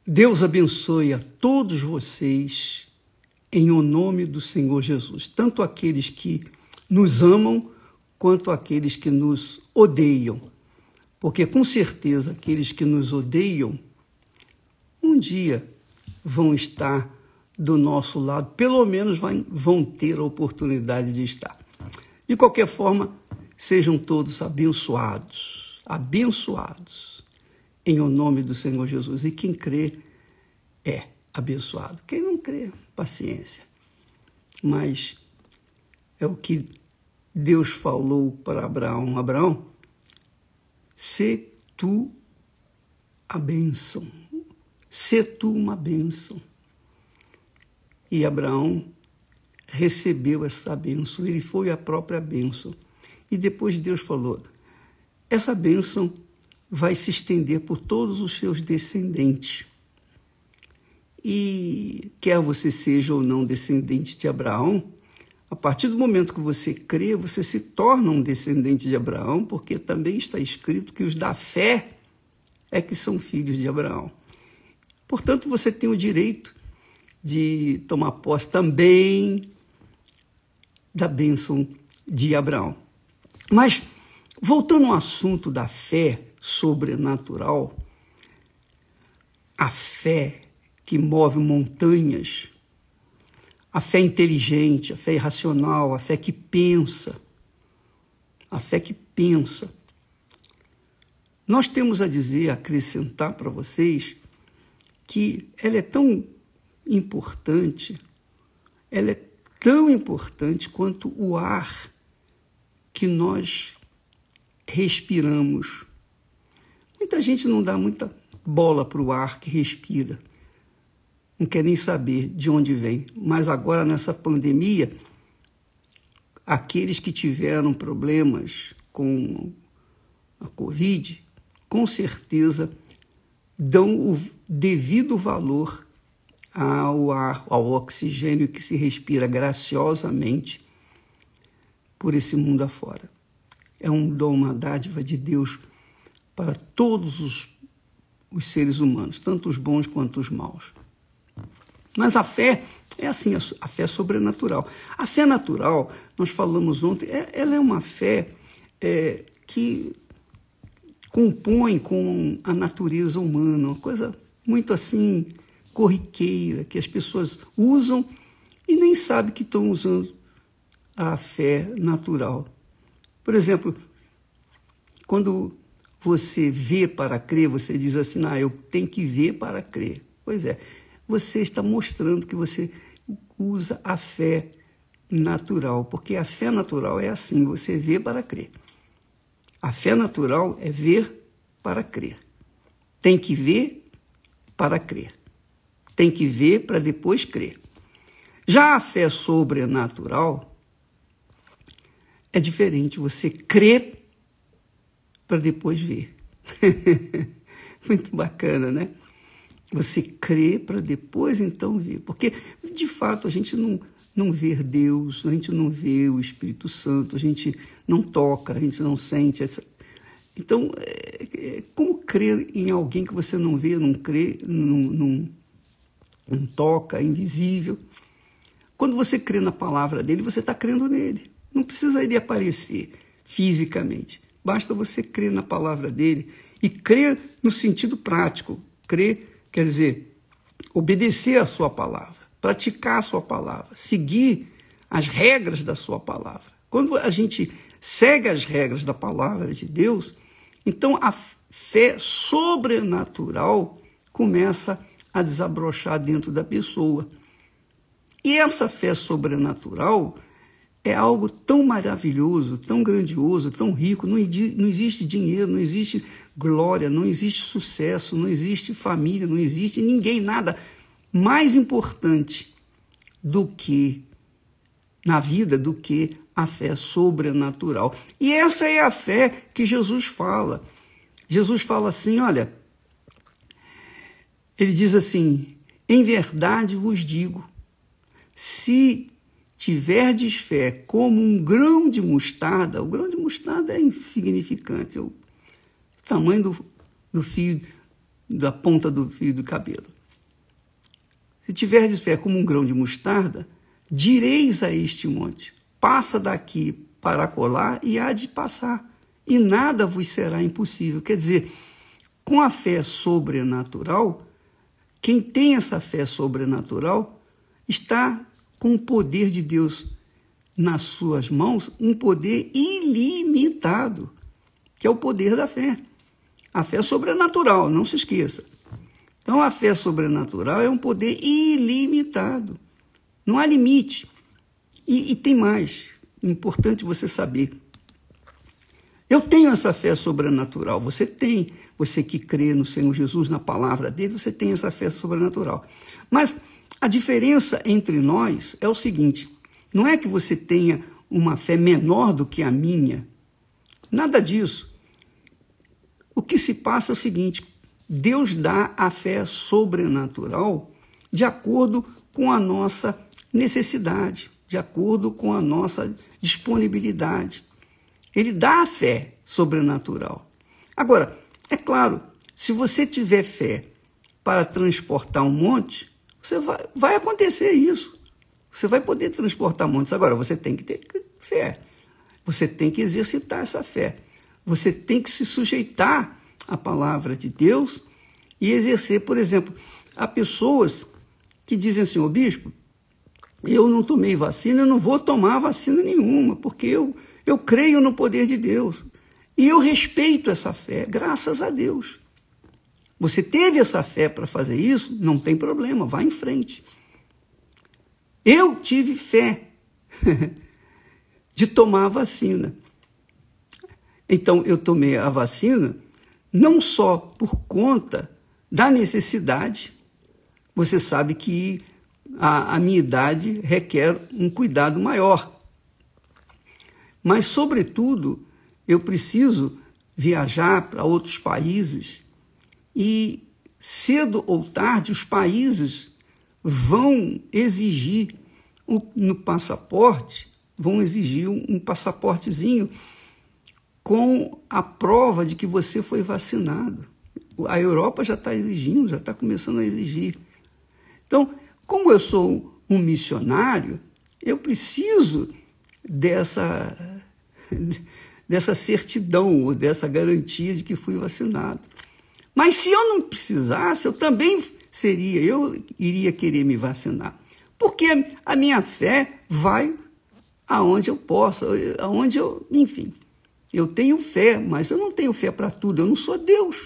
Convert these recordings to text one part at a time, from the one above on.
Deus abençoe a todos vocês em o nome do Senhor Jesus, tanto aqueles que nos amam quanto aqueles que nos odeiam, porque com certeza aqueles que nos odeiam um dia vão estar do nosso lado, pelo menos vão ter a oportunidade de estar. De qualquer forma, sejam todos abençoados, em o nome do Senhor Jesus. E quem crê é abençoado. Quem não crê, paciência. Mas é o que Deus falou para Abraão. Abraão, sê tu a bênção. Sê tu uma bênção. E Abraão recebeu essa bênção. Ele foi a própria bênção. E depois Deus falou, essa bênção vai se estender por todos os seus descendentes. E quer você seja ou não descendente de Abraão, a partir do momento que você crê, você se torna um descendente de Abraão, porque também está escrito que os da fé é que são filhos de Abraão. Portanto, você tem o direito de tomar posse também da bênção de Abraão. Mas, voltando ao assunto da fé sobrenatural, a fé que move montanhas, a fé inteligente, a fé irracional, a fé que pensa, Nós temos a dizer, a acrescentar para vocês, que ela é tão importante quanto o ar que nós respiramos. Muita gente não dá muita bola para o ar que respira, não quer nem saber de onde vem. Mas agora, nessa pandemia, aqueles que tiveram problemas com a Covid, com certeza dão o devido valor ao ar, ao oxigênio que se respira graciosamente por esse mundo afora. É um dom, uma dádiva de Deus para todos os seres humanos, tanto os bons quanto os maus. Mas a fé é assim, a fé sobrenatural. A fé natural, nós falamos ontem, ela é uma fé que compõe com a natureza humana, uma coisa muito assim, corriqueira, que as pessoas usam e nem sabem que estão usando a fé natural. Por exemplo, quando você vê para crer, você diz assim, eu tenho que ver para crer. Pois é, você está mostrando que você usa a fé natural, porque a fé natural é assim, você vê para crer. A fé natural é ver para crer. Tem que ver para crer. Tem que ver para depois crer. Já a fé sobrenatural é diferente, você crê para depois ver. Muito bacana, né? Você crê para depois então ver. Porque, de fato, a gente não vê Deus, a gente não vê o Espírito Santo, a gente não toca, a gente não sente. Então, como crer em alguém que você não vê, não crê, não toca, é invisível? Quando você crê na palavra dele, você está crendo nele. Não precisa ele aparecer fisicamente. Basta você crer na palavra dele e crer no sentido prático. Crer quer dizer obedecer a sua palavra, praticar a sua palavra, seguir as regras da sua palavra. Quando a gente segue as regras da palavra de Deus, então a fé sobrenatural começa a desabrochar dentro da pessoa. E essa fé sobrenatural é algo tão maravilhoso, tão grandioso, tão rico. Não existe dinheiro, não existe glória, não existe sucesso, não existe família, não existe ninguém, nada mais importante do que na vida do que a fé sobrenatural. E essa é a fé que Jesus fala. Jesus fala assim, olha, ele diz assim, em verdade vos digo, se tiverdes fé como um grão de mostarda, o grão de mostarda é insignificante, é o tamanho do fio da ponta do fio do cabelo. Se tiverdes fé como um grão de mostarda, direis a este monte, passa daqui para acolá e há de passar, e nada vos será impossível. Quer dizer, com a fé sobrenatural, quem tem essa fé sobrenatural está com o poder de Deus nas suas mãos, um poder ilimitado, que é o poder da fé. A fé sobrenatural, não se esqueça. Então, a fé sobrenatural é um poder ilimitado. Não há limite. E tem mais, importante você saber. Eu tenho essa fé sobrenatural, você tem. Você que crê no Senhor Jesus, na palavra dele, você tem essa fé sobrenatural. Mas a diferença entre nós é o seguinte, não é que você tenha uma fé menor do que a minha, nada disso. O que se passa é o seguinte, Deus dá a fé sobrenatural de acordo com a nossa necessidade, de acordo com a nossa disponibilidade. Ele dá a fé sobrenatural. Agora, é claro, se você tiver fé para transportar um monte, vai acontecer isso. Você vai poder transportar montes. Agora, você tem que ter fé. Você tem que exercitar essa fé. Você tem que se sujeitar à palavra de Deus e exercer, por exemplo, há pessoas que dizem assim, ô bispo, eu não tomei vacina, eu não vou tomar vacina nenhuma, porque eu creio no poder de Deus. E eu respeito essa fé, graças a Deus. Você teve essa fé para fazer isso? Não tem problema, vá em frente. Eu tive fé de tomar a vacina. Então, eu tomei a vacina não só por conta da necessidade. Você sabe que a minha idade requer um cuidado maior. Mas, sobretudo, eu preciso viajar para outros países e, cedo ou tarde, os países vão exigir no passaporte, vão exigir um passaportezinho com a prova de que você foi vacinado. A Europa já está exigindo, já está começando a exigir. Então, como eu sou um missionário, eu preciso dessa certidão, ou dessa garantia de que fui vacinado. Mas se eu não precisasse, eu iria querer me vacinar. Porque a minha fé vai aonde eu posso, enfim. Eu tenho fé, mas eu não tenho fé para tudo, eu não sou Deus.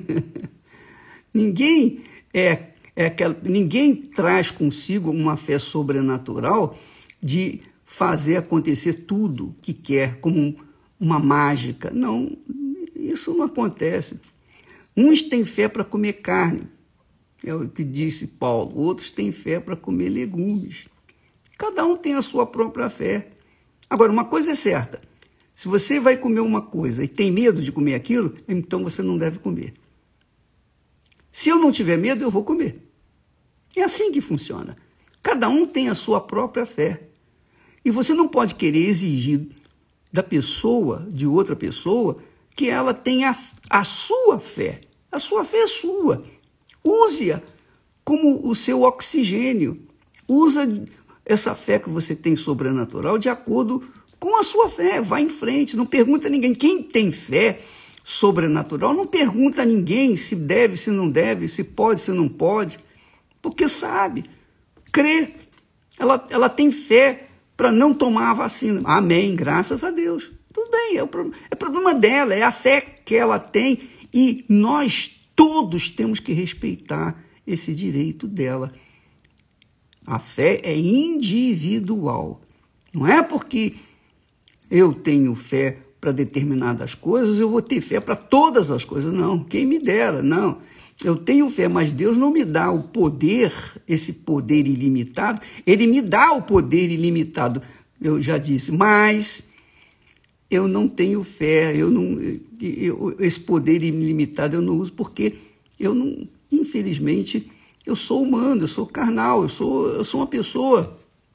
Ninguém ninguém traz consigo uma fé sobrenatural de fazer acontecer tudo que quer, como uma mágica. Não, isso não acontece. Uns têm fé para comer carne, é o que disse Paulo. Outros têm fé para comer legumes. Cada um tem a sua própria fé. Agora, uma coisa é certa. Se você vai comer uma coisa e tem medo de comer aquilo, então você não deve comer. Se eu não tiver medo, eu vou comer. É assim que funciona. Cada um tem a sua própria fé. E você não pode querer exigir da pessoa, de outra pessoa, que ela tenha a sua fé. A sua fé é sua. Use-a como o seu oxigênio. Usa essa fé que você tem sobrenatural de acordo com a sua fé. Vá em frente, não pergunta a ninguém. Quem tem fé sobrenatural não pergunta a ninguém se deve, se não deve, se pode, se não pode, porque sabe, crê. Ela tem fé para não tomar a vacina. Amém, graças a Deus. Tudo bem, é problema dela, é a fé que ela tem e nós todos temos que respeitar esse direito dela. A fé é individual. Não é porque eu tenho fé para determinadas coisas, eu vou ter fé para todas as coisas. Não, quem me dera, não. Eu tenho fé, mas Deus não me dá o poder, esse poder ilimitado. Ele me dá o poder ilimitado, eu já disse, mas eu não tenho fé, esse poder ilimitado eu não uso porque infelizmente, eu sou humano, eu sou carnal, eu sou uma pessoa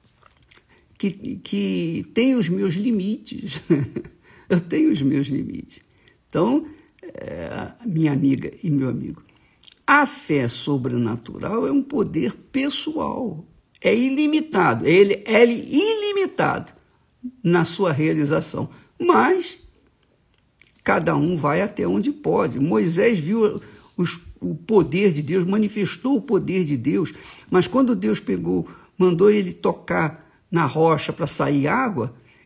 que tem os meus limites. Eu tenho os meus limites. Então, minha amiga e meu amigo, A fé sobrenatural é um poder pessoal, é ilimitado, ele é ilimitado na sua realização, mas cada um vai até onde pode. Moisés viu o poder de Deus, manifestou o poder de Deus, mas quando Deus mandou ele tocar na rocha para sair água,